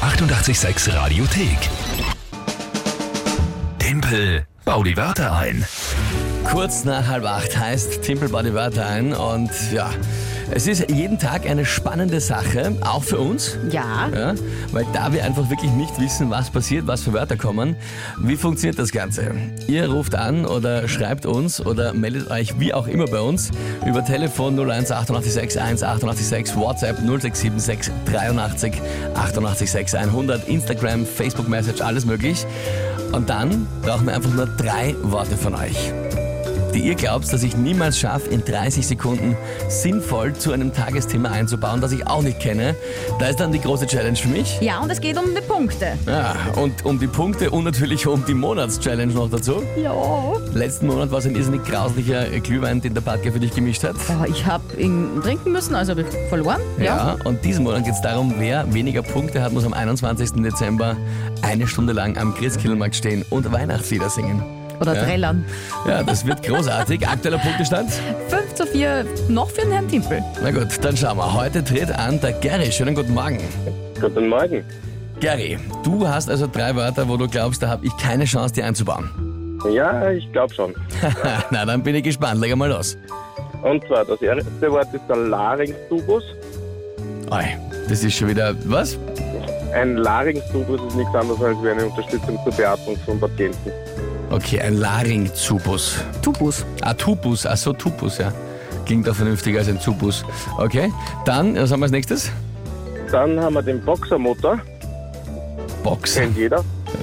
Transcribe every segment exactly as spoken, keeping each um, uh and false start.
achtundachtzig Komma sechs Radiothek. Tempel, bau die Wörter ein. Kurz nach halb acht heißt Tempel, bau die Wörter ein. Und ja, es ist jeden Tag eine spannende Sache, auch für uns. Ja. Ja, weil da wir einfach wirklich nicht wissen, was passiert, was für Wörter kommen. Wie funktioniert das Ganze? Ihr ruft an oder schreibt uns oder meldet euch wie auch immer bei uns über Telefon null eins achtundachtzig sechs eins achtundachtzig sechs, WhatsApp null sechs sieben sechs dreiundachtzig achtundachtzig sechs hundert, Instagram, Facebook Message, alles möglich. Und dann brauchen wir einfach nur drei Worte von euch, die ihr glaubt, dass ich niemals schaffe, in dreißig Sekunden sinnvoll zu einem Tagesthema einzubauen, das ich auch nicht kenne. Da ist dann die große Challenge für mich. Ja, und es geht um die Punkte. Ja, und um die Punkte und natürlich um die Monatschallenge noch dazu. Ja. Letzten Monat war es ein irrsinnig grauslicher Glühwein, den der Patke für dich gemischt hat. Oh, ich habe ihn trinken müssen, also habe ich verloren. Ja, Ja. und diesen Monat geht es darum, wer weniger Punkte hat, muss am einundzwanzigsten Dezember eine Stunde lang am Christkindlmarkt stehen und Weihnachtslieder singen. Oder Ja. trällern. Ja, das wird großartig. Aktueller Punktestand? fünf zu vier noch für den Herrn Timpel. Na gut, dann schauen wir. Heute tritt an der Gary. Schönen guten Morgen. Guten Morgen. Gary, du hast also drei Wörter, wo du glaubst, da habe ich keine Chance, die einzubauen. Ja, ich glaube schon. Na, dann bin ich gespannt. Leg mal los. Und zwar, das erste Wort ist der Larynx-Tubus. Oi, das ist schon wieder... Was? Ein Larynx-Tubus ist nichts anderes als wie eine Unterstützung zur Beatmung von Patienten. Okay, ein Larynx-Tubus. Tubus. Ah, Tubus. Ach so, Tubus, ja. Klingt auch vernünftiger als ein Tubus. Okay, dann, was haben wir als nächstes? Dann haben wir den Boxermotor. Boxer. Kennt jeder?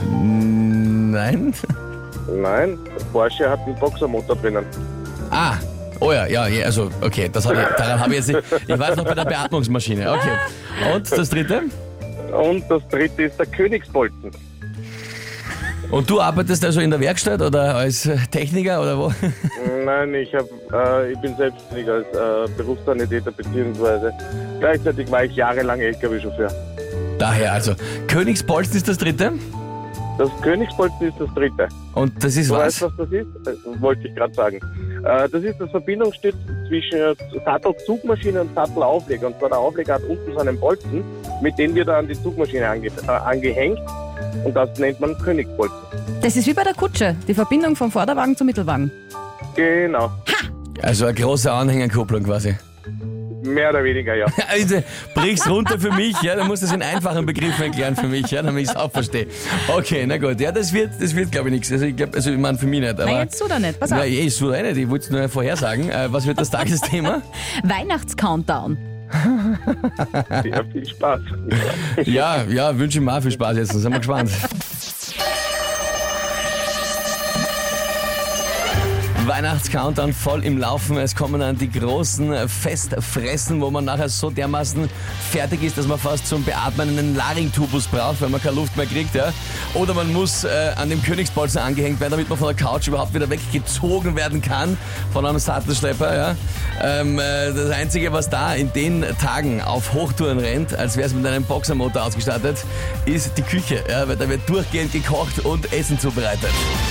Nein. Nein, der Porsche hat einen Boxermotor drinnen. Ah, oh ja, ja, ja, also, okay, das hab ich, daran habe ich jetzt nicht... Ich war jetzt noch bei der Beatmungsmaschine. Okay. Und das dritte? Und das dritte ist der Königsbolzen. Und du arbeitest also in der Werkstatt oder als Techniker oder wo? Nein, ich, hab, äh, ich bin selbstständig als äh, Berufssanitäter beziehungsweise gleichzeitig war ich jahrelang L K W-Chauffeur. Daher also. Königsbolzen ist das dritte? Das Königsbolzen ist das dritte. Und das ist Du was? weißt, was das ist? Das wollte ich gerade sagen. Äh, das ist das Verbindungsstütz zwischen Sattelzugmaschine und Sattelaufleger. Und zwar der Aufleger hat unten so einen Bolzen, mit dem wird er an die Zugmaschine ange äh, angehängt. Und das nennt man Königsbolzen. Das ist wie bei der Kutsche, die Verbindung vom Vorderwagen zum Mittelwagen. Genau. Also eine große Anhängerkupplung quasi. Mehr oder weniger, ja. Also, brich's runter für mich, ja, dann musst du es in einfachen Begriffen erklären für mich, ja, damit ich es auch verstehe. Okay, na gut, ja, das wird, das wird glaube ich nichts. Also ich glaube, also ich meine für mich nicht. Aber, Nein, jetzt du da nicht, pass auf. Ja, ich so nicht, ich wollte es nur vorhersagen. Äh, was wird das Tagesthema? Weihnachtscountdown. Sehr viel Spaß. Ja, ja, wünsche ich mir auch viel Spaß jetzt, dann sind wir gespannt. Weihnachtscountdown voll im Laufen. Es kommen dann die großen Festfressen, wo man nachher so dermaßen fertig ist, dass man fast zum Beatmen einen Larynx-Tubus braucht, weil man keine Luft mehr kriegt. Ja? Oder man muss äh, an dem Königsbolzen angehängt werden, damit man von der Couch überhaupt wieder weggezogen werden kann von einem Sattelschlepper. Ja? Ähm, äh, das Einzige, was da in den Tagen auf Hochtouren rennt, als wäre es mit einem Boxermotor ausgestattet, ist die Küche. Ja? Weil da wird durchgehend gekocht und Essen zubereitet.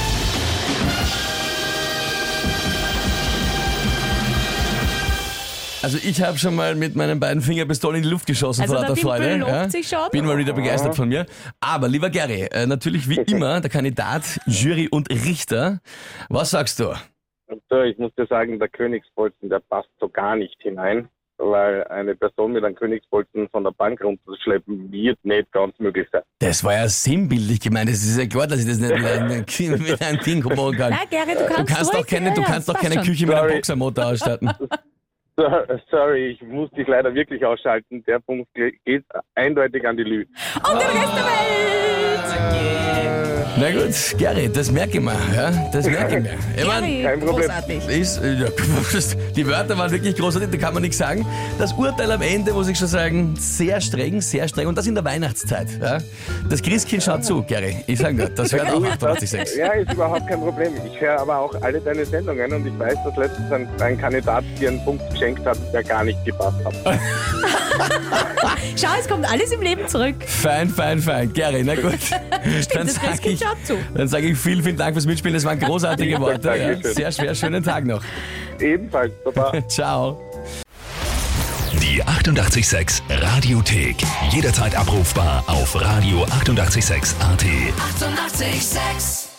Also ich habe schon mal mit meinen beiden Fingerpistolen in die Luft geschossen Also vor lauter der Timpel Freude. lobt Ja. sich schon. Bin mal wieder begeistert von mir. Aber lieber Gary, äh, natürlich wie immer der Kandidat, Jury und Richter. Was sagst du? So, ich muss dir sagen, der Königsbolzen, der passt so gar nicht hinein, weil eine Person mit einem Königsbolzen von der Bank runterzuschleppen, wird nicht ganz möglich sein. Das war ja sinnbildlich gemeint. Es ist ja klar, dass ich das nicht mit einem, mit einem Ding machen kann. Nein, Gary, du Du kannst, kannst ruhig, doch keine, ja, du ja, kannst doch passt keine schon. Küche mit einem Sorry. Boxermotor ausstatten. So, sorry, ich muss dich leider wirklich ausschalten. Der Punkt geht eindeutig an die Lü. Und den Rest der Welt! Na gut, Gary, das merke ich mir. Ja? Das merke ich mir. Ich mein, Gary, kein Problem. großartig. Ist, äh, ja, die Wörter waren wirklich großartig, da kann man nichts sagen. Das Urteil am Ende, muss ich schon sagen, sehr streng, sehr streng. Und das in der Weihnachtszeit. Ja? Das Christkind schaut zu, Gary. Ich sage dir, das hört auch achtundachtzig Komma sechs. Ja, ist überhaupt kein Problem. Ich höre aber auch alle deine Sendungen und ich weiß, dass letztens ein, ein Kandidat dir einen Punkt geschenkt hat, der gar nicht gepasst hat. Schau, es kommt alles im Leben zurück. Fein, fein, fein. Gary, na gut. Dann das sage Christkind ich, schaut zu. dann sag ich vielen, vielen Dank fürs Mitspielen. Das waren großartige Worte. Ja. Dankeschön. Sehr schwer, schönen Tag noch. Ebenfalls, Baba. Ciao. Die achtundachtzig Komma sechs Radiothek. Jederzeit abrufbar auf radio achtundachtzig Komma sechs A T. Eighty-eight Komma six